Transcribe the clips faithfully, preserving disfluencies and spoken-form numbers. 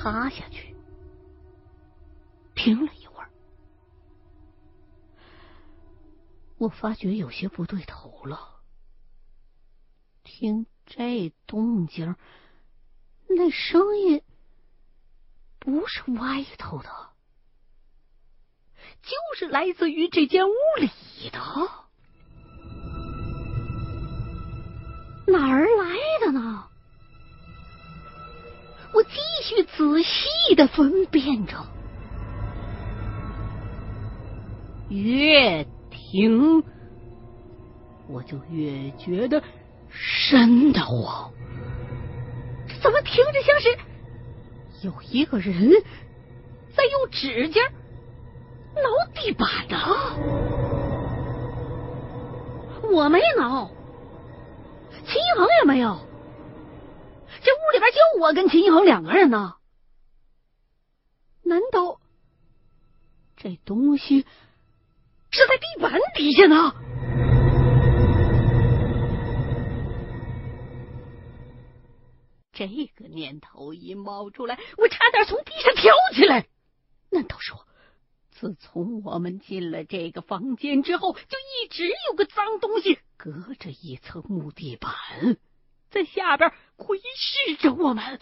趴下去，听了一会儿，我发觉有些不对头了。听这动静，那声音不是外头的，就是来自于这间屋里的。哪儿来的呢？我继续仔细的分辨着，越听我就越觉得瘆得慌。怎么听着像是有一个人在用指甲挠地板呢？我没挠，秦一恒也没有，这屋里边就我跟秦一恒两个人呢。难道这东西是在地板底下呢？这个念头一冒出来，我差点从地上跳起来。难道说，自从我们进了这个房间之后，就一直有个脏东西隔着一层木地板，在下边窥视着我们？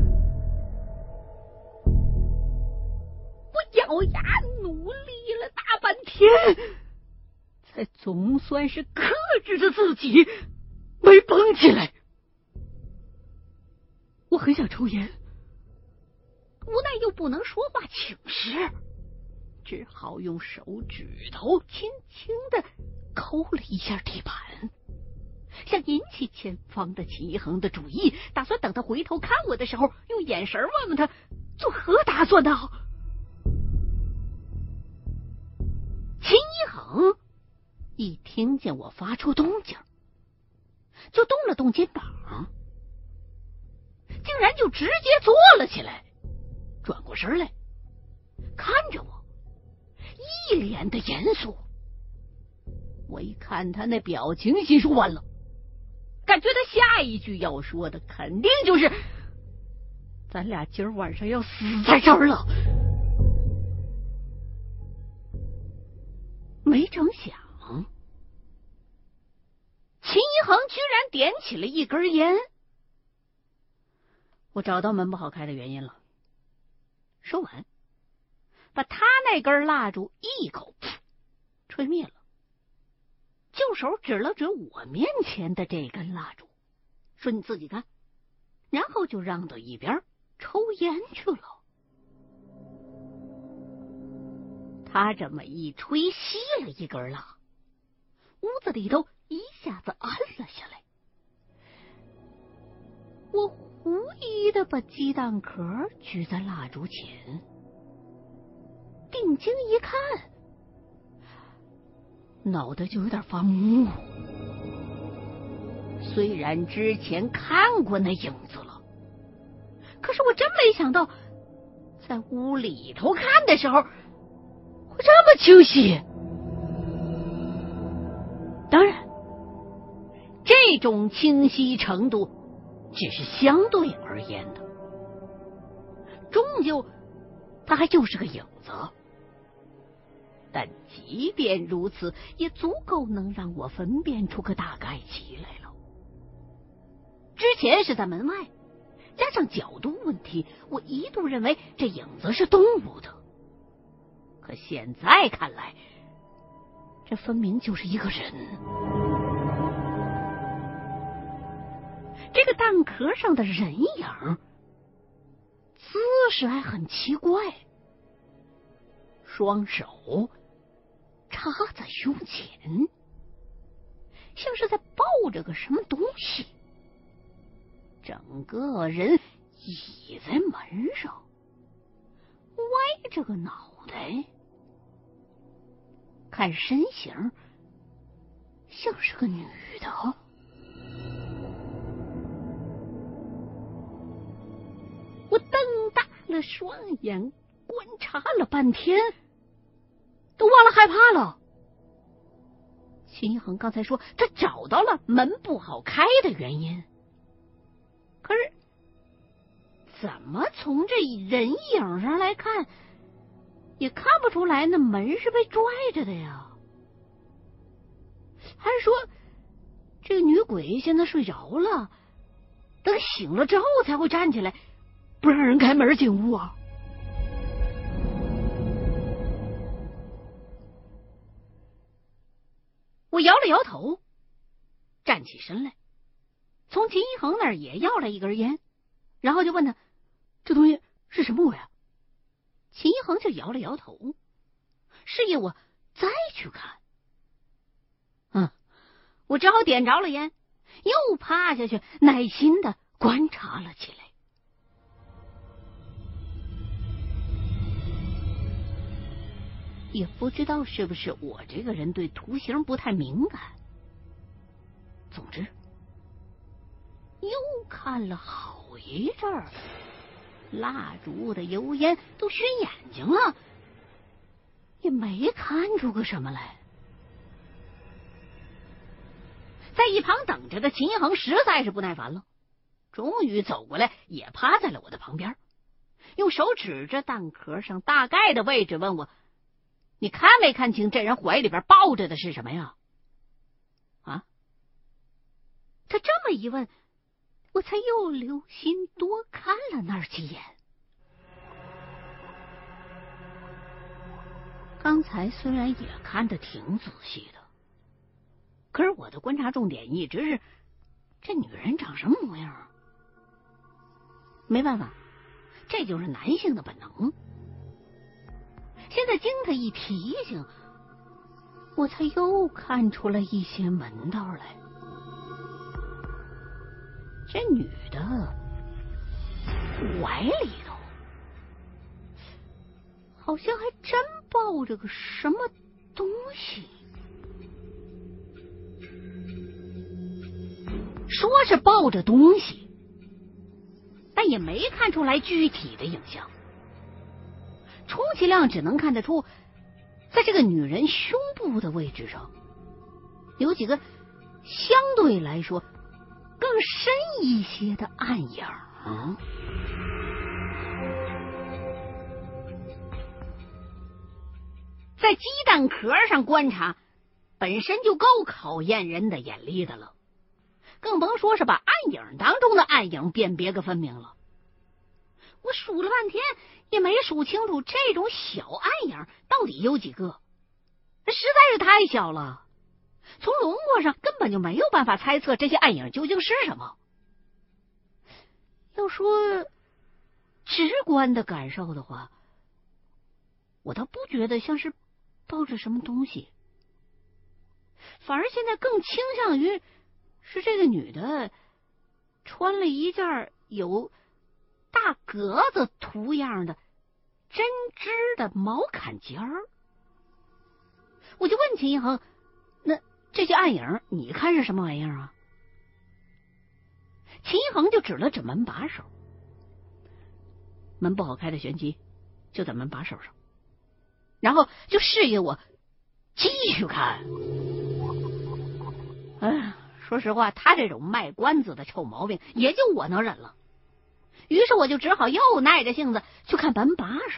我咬牙努力了大半天，才总算是克制着自己没蹦起来。我很想抽烟，无奈又不能说话请示，只好用手指头轻轻的抠了一下地板，想引起前方的秦一恒的注意，打算等他回头看我的时候，用眼神问问他作何打算呢？秦一恒一听见我发出动静，就动了动肩膀，竟然就直接坐了起来，转过身来看着我，一脸的严肃。我一看他那表情，心说完了，感觉他下一句要说的肯定就是咱俩今儿晚上要死在这儿了。没成想，秦一恒居然点起了一根烟。我找到门不好开的原因了，说完把他那根蜡烛一口吹灭了，就手指了指我面前的这根蜡烛，说你自己看，然后就让到一边抽烟去了。他这么一吹，熄了一根蜡，屋子里头一下子暗了下来。我狐疑的把鸡蛋壳举在蜡烛前，定睛一看，脑袋就有点发木。虽然之前看过那影子了，可是我真没想到在屋里头看的时候会这么清晰。当然，这种清晰程度只是相对而言的，终究它还就是个影子。但即便如此，也足够能让我分辨出个大概其来了。之前是在门外，加上角度问题，我一度认为这影子是动物的，可现在看来，这分明就是一个人。这个蛋壳上的人影姿势还很奇怪，双手插在胸前，像是在抱着个什么东西，整个人倚在门上，歪着个脑袋，看身形像是个女的。我瞪大了双眼观察了半天，都忘了害怕了。秦一恒刚才说他找到了门不好开的原因，可是怎么从这人影上来看，也看不出来那门是被拽着的呀？还是说，这个女鬼现在睡着了，等醒了之后才会站起来，不让人开门进屋啊？我摇了摇头，站起身来，从秦一恒那儿也要了一根烟，然后就问他：“这东西是什么鬼啊？”秦一恒就摇了摇头，示意我再去看。嗯，我只好点着了烟，又趴下去，耐心的观察了起来。也不知道是不是我这个人对图形不太敏感，总之又看了好一阵儿，蜡烛的油烟都熏眼睛了，也没看出个什么来。在一旁等着的秦一恒实在是不耐烦了，终于走过来，也趴在了我的旁边，用手指着蛋壳上大概的位置问我：“你看没看清这人怀里边抱着的是什么呀？”啊！他这么一问，我才又留心多看了那儿几眼。刚才虽然也看得挺仔细的，可是我的观察重点一直是这女人长什么模样啊？没办法，这就是男性的本能。现在经他一提醒，我才又看出了一些门道来。这女的怀里头好像还真抱着个什么东西，说是抱着东西，但也没看出来具体的影像，充其量只能看得出，在这个女人胸部的位置上有几个相对来说更深一些的暗影。啊，在鸡蛋壳上观察本身就够考验人的眼力的了，更甭说是把暗影当中的暗影辨别个分明了。我数了半天也没数清楚这种小暗影到底有几个，实在是太小了，从轮廓上根本就没有办法猜测这些暗影究竟是什么。要说直观的感受的话，我倒不觉得像是抱着什么东西，反而现在更倾向于是这个女的穿了一件有大格子图样的针织的毛坎肩儿。我就问秦一恒：“那这些暗影你看是什么玩意儿啊？”秦一恒就指了指门把手，门不好开的玄机就在门把手上，然后就示意我继续看。哎，说实话，他这种卖关子的臭毛病也就我能忍了，于是我就只好又耐着性子去看门把手。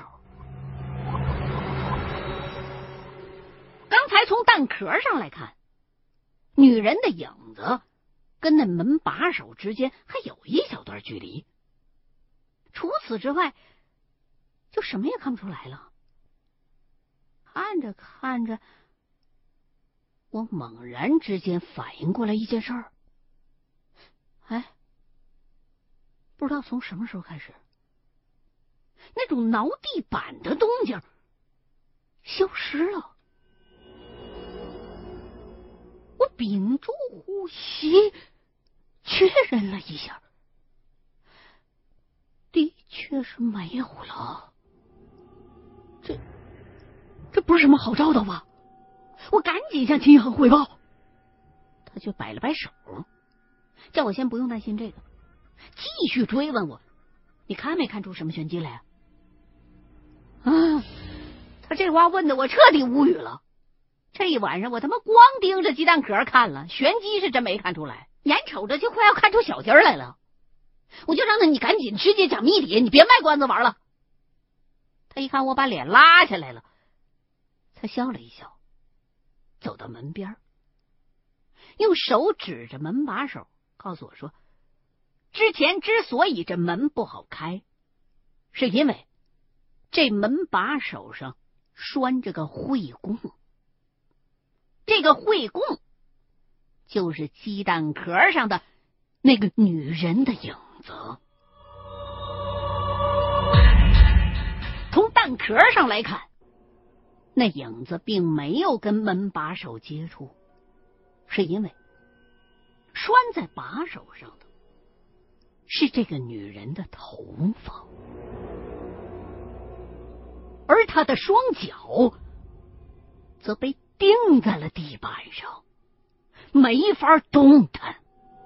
刚才从蛋壳上来看，女人的影子跟那门把手之间还有一小段距离，除此之外就什么也看不出来了。看着看着，我猛然之间反应过来一件事儿。哎，不知道从什么时候开始，那种挠地板的动静消失了。我屏住呼吸，确认了一下，的确是没有了。这这不是什么好兆头吧？我赶紧向秦一恒汇报，他却摆了摆手，叫我先不用担心这个，继续追问我：“你看没看出什么玄机来啊？”啊！他这话问的我彻底无语了。这一晚上我他妈光盯着鸡蛋壳看了，玄机是真没看出来，眼瞅着就快要看出小鸡儿来了。 我就让他你赶紧直接讲谜底，你别卖关子玩了。他一看我把脸拉下来了，他笑了一笑，走到门边，用手指着门把手，告诉我说，之前之所以这门不好开，是因为这门把手上拴着个会供，这个会供就是鸡蛋壳上的那个女人的影子。从蛋壳上来看，那影子并没有跟门把手接触，是因为拴在把手上的是这个女人的头发，而她的双脚则被钉在了地板上，没法动弹。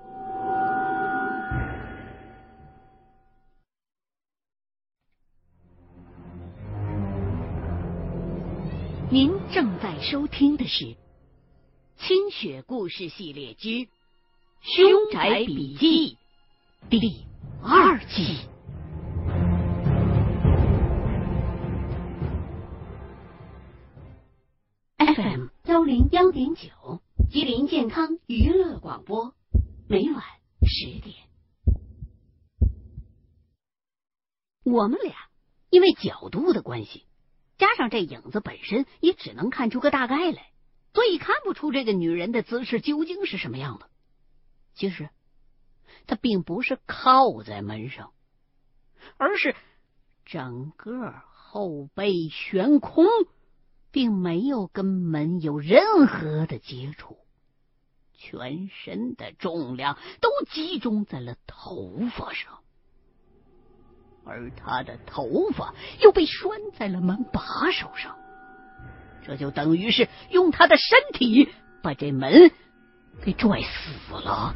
您正在收听的是《清雪故事系列之凶宅笔记》第二季。F M 幺零幺点九，吉林健康娱乐广播，每晚十点。我们俩因为角度的关系，加上这影子本身也只能看出个大概来，所以看不出这个女人的姿势究竟是什么样的。其实她并不是靠在门上，而是整个后背悬空，并没有跟门有任何的接触，全身的重量都集中在了头发上，而他的头发又被拴在了门把手上，这就等于是用他的身体把这门给拽死了。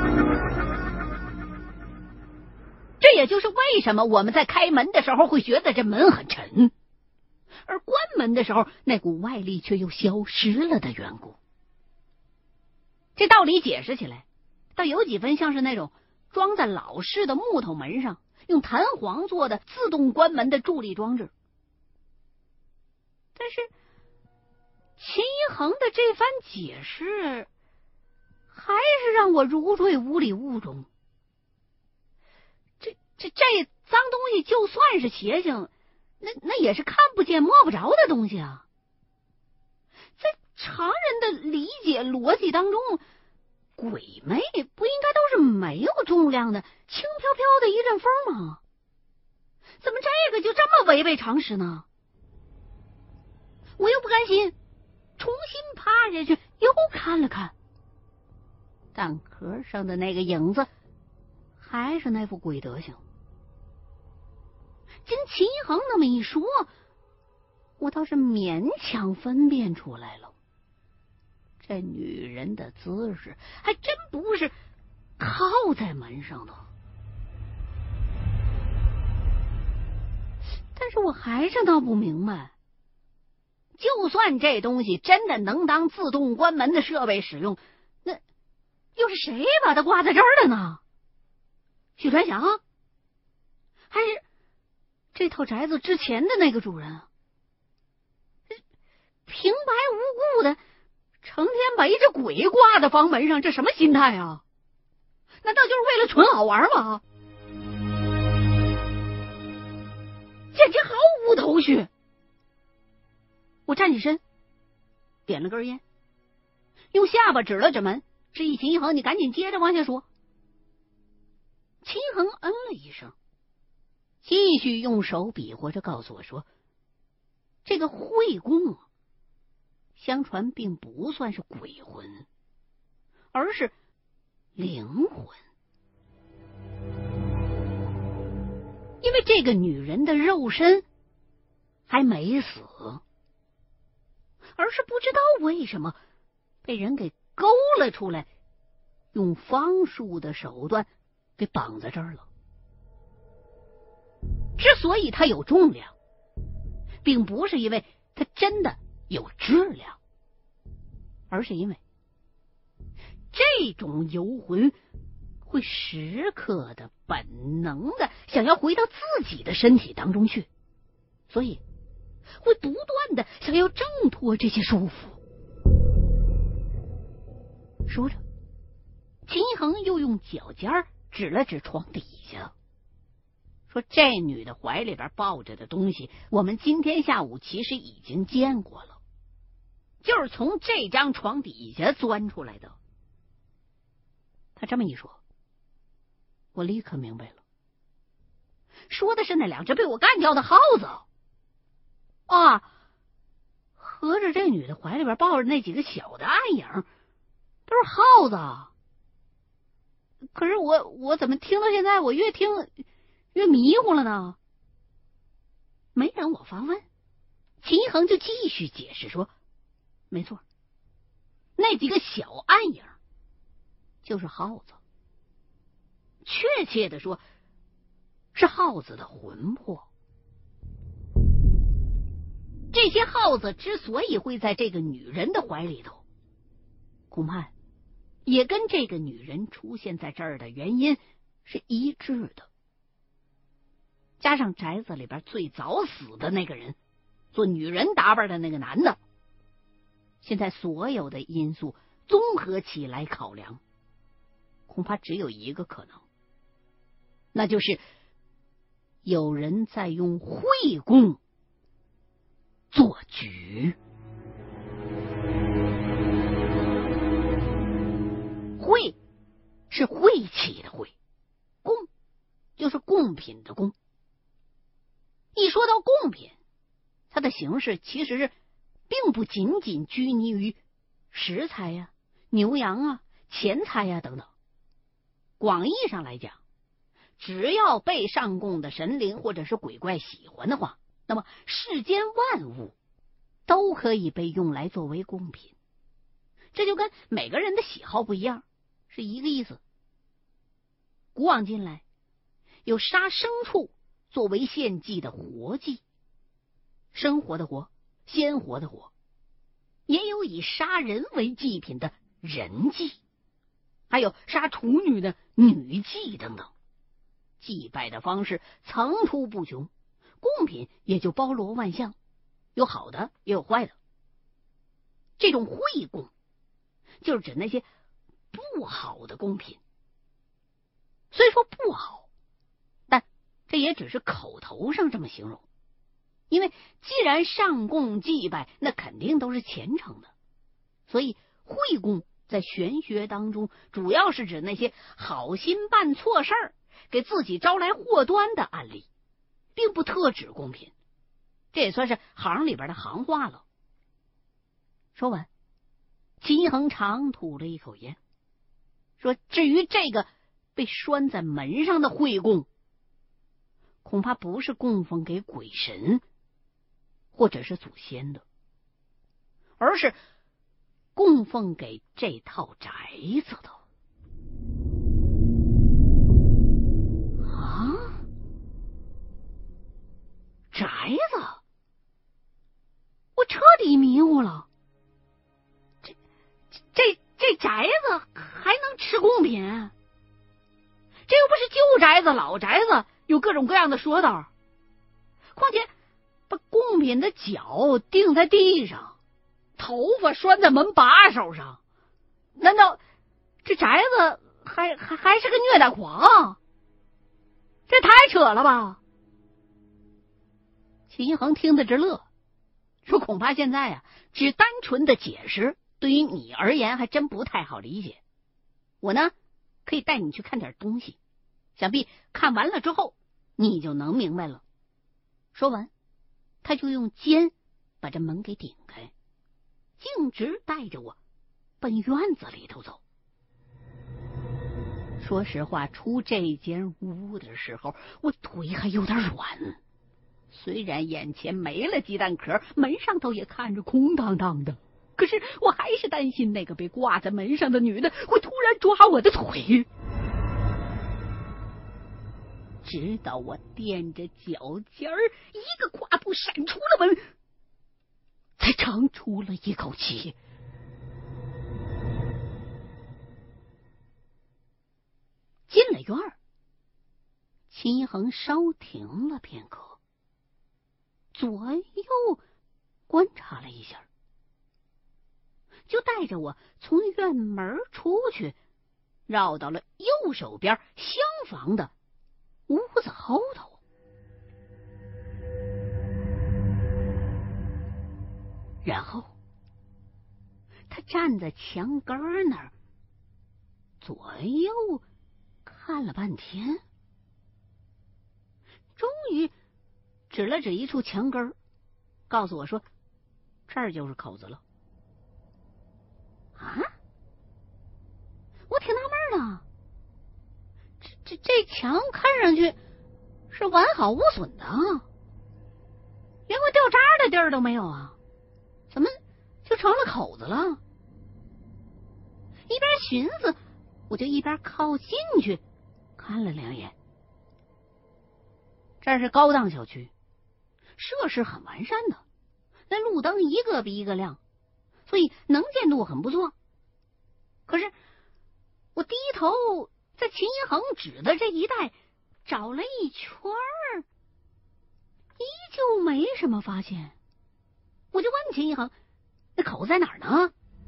这也就是为什么我们在开门的时候会觉得这门很沉，而关门的时候那股外力却又消失了的缘故。这道理解释起来倒有几分像是那种装在老式的木头门上用弹簧做的自动关门的助力装置。但是秦一恒的这番解释还是让我如坠五里雾中。这这这脏东西就算是邪性，那那也是看不见摸不着的东西啊。在常人的理解逻辑当中，鬼魅不应该都是没有重量的轻飘飘的一阵风吗？怎么这个就这么违背常识呢？我又不甘心，重新趴下去又看了看，蛋壳上的那个影子还是那副鬼德行。经秦一恒那么一说，我倒是勉强分辨出来了，这女人的姿势还真不是靠在门上的。但是我还是闹不明白，就算这东西真的能当自动关门的设备使用，那又是谁把它挂在这儿的呢？许传祥还是这套宅子之前的那个主人啊？平白无故的成天把一只鬼挂在房门上，这什么心态啊？难道就是为了纯好玩吗？简直毫无头绪。我站起身，点了根烟，用下巴指了指门，示意秦一恒你赶紧接着往下说。秦一恒嗯了一声，继续用手比划着告诉我说，这个会供相传并不算是鬼魂，而是灵魂。因为这个女人的肉身还没死，而是不知道为什么被人给勾了出来，用方术的手段给绑在这儿了。之所以它有重量，并不是因为它真的有质量，而是因为这种游魂会时刻的本能的想要回到自己的身体当中去，所以会不断的想要挣脱这些束缚。说着，秦一恒又用脚尖指了指床底下，说这女的怀里边抱着的东西，我们今天下午其实已经见过了，就是从这张床底下钻出来的。他这么一说，我立刻明白了，说的是那两只被我干掉的耗子啊！合着这女的怀里边抱着那几个小的暗影都是耗子。可是我我怎么听到现在，我越听越迷糊了呢？没等我发问，秦一恒就继续解释说，没错，那几个小暗影就是耗子，确切的说是耗子的魂魄。这些耗子之所以会在这个女人的怀里头，恐怕也跟这个女人出现在这儿的原因是一致的。加上宅子里边最早死的那个人，做女人打扮的那个男的，现在所有的因素综合起来考量，恐怕只有一个可能，那就是有人在用会供做局。会是晦气的会，贡就是贡品的贡。一说到贡品，它的形式其实是并不仅仅拘泥于食材呀、牛羊啊、钱财呀等等。广义上来讲，只要被上供的神灵或者是鬼怪喜欢的话，那么世间万物都可以被用来作为贡品。这就跟每个人的喜好不一样是一个意思。古往今来，有杀牲畜作为献祭的活祭，生活的活，鲜活的活，也有以杀人为祭品的人祭，还有杀处女的女祭等等。祭拜的方式层出不穷，贡品也就包罗万象，有好的也有坏的。这种会供就是指那些不好的贡品。虽说不好，但这也只是口头上这么形容，因为既然上供祭拜，那肯定都是虔诚的，所以会供在玄学当中主要是指那些好心办错事儿，给自己招来祸端的案例，并不特指贡品，这也算是行里边的行话了。说完，秦一恒长吐了一口烟，说至于这个被拴在门上的会供，恐怕不是供奉给鬼神或者是祖先的，而是供奉给这套宅子的。啊，宅子？我彻底迷糊了。这这这宅子还能吃贡品？这又不是旧宅子、老宅子，有各种各样的说道。况且把贡品的脚钉在地上，头发拴在门把手上，难道这宅子还还还是个虐待狂？这太扯了吧！秦一恒听得直乐，说恐怕现在啊，只单纯的解释对于你而言还真不太好理解。我呢，可以带你去看点东西，想必看完了之后你就能明白了。说完，他就用肩把这门给顶开，径直带着我奔院子里头走。说实话，出这间屋的时候，我腿还有点软。虽然眼前没了鸡蛋壳，门上头也看着空荡荡的，可是我还是担心那个被挂在门上的女的会突然抓我的腿。直到我垫着脚尖儿一个跨步闪出了门，才长出了一口气。 院儿，秦一恒稍停了片刻，左右观察了一下，就带着我从院门出去，绕到了右手边厢房的屋子后头。然后他站在墙根那儿，左右看了半天，终于指了指一处墙根，告诉我说：“这儿就是口子了。”啊！我挺纳闷的，这这这墙看上去是完好无损的，连个掉渣的地儿都没有啊，怎么就成了口子了？一边寻思，我就一边靠近去看了两眼。这是高档小区，设施很完善的，那路灯一个比一个亮，所以能见度很不错。可是我低头在秦一恒指的这一带找了一圈儿，依旧没什么发现。我就问秦一恒：“那口在哪儿呢？”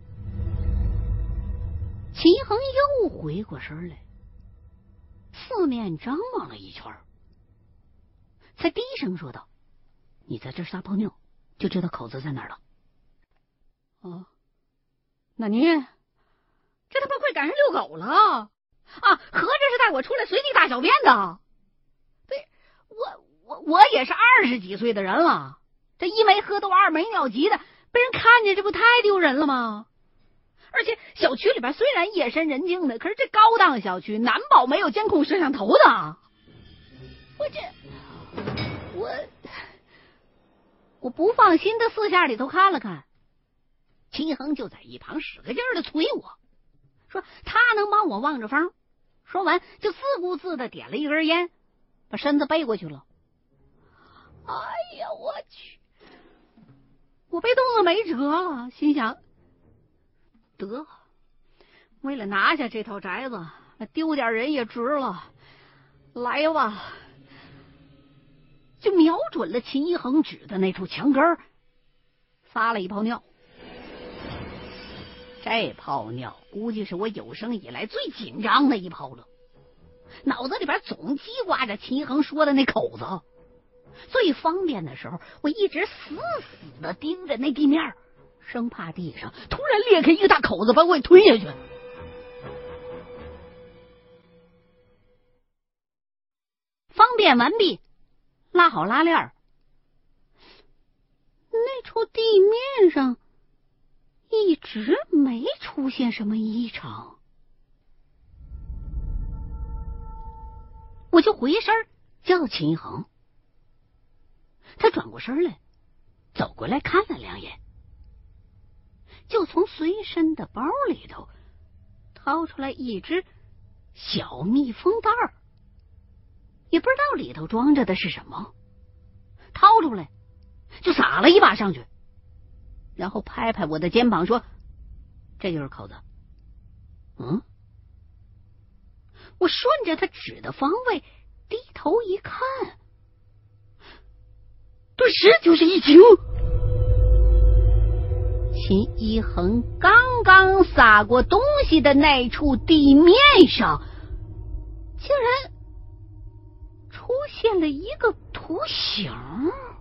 秦一恒又回过身来，四面张望了一圈，才低声说道：“你在这撒泡尿，就知道口子在哪儿了。”哦，那你这他妈快赶上遛狗了啊！合着是带我出来随地大小便的？对，我我我也是二十几岁的人了，这一没喝多二没尿急的，被人看见这不太丢人了吗？而且小区里边虽然夜深人静的，可是这高档小区难保没有监控摄像头的。我这我我不放心的四下里头看了看，秦一恒就在一旁使个劲儿的催我，说他能帮我望着风。说完就自顾自的点了一根烟，把身子背过去了。哎呀，我去！我被冻得没辙了，心想得，为了拿下这套宅子，丢点人也值了。来吧，就瞄准了秦一恒指的那处墙根，撒了一泡尿。这泡尿估计是我有生以来最紧张的一泡了，脑子里边总记挂着秦一恒说的那口子。最方便的时候，我一直死死的盯着那地面，生怕地上突然裂开一个大口子把我给推下去。方便完毕，拉好拉链，那处地面上一直没出现什么异常，我就回身叫秦一恒。他转过身来，走过来看了两眼，就从随身的包里头掏出来一只小密封袋儿，也不知道里头装着的是什么，掏出来就撒了一把上去，然后拍拍我的肩膀说：“这就是口子。”嗯，我顺着他指的方位低头一看，顿时就是一惊。秦一恒刚刚撒过东西的那处地面上，竟然出现了一个图形。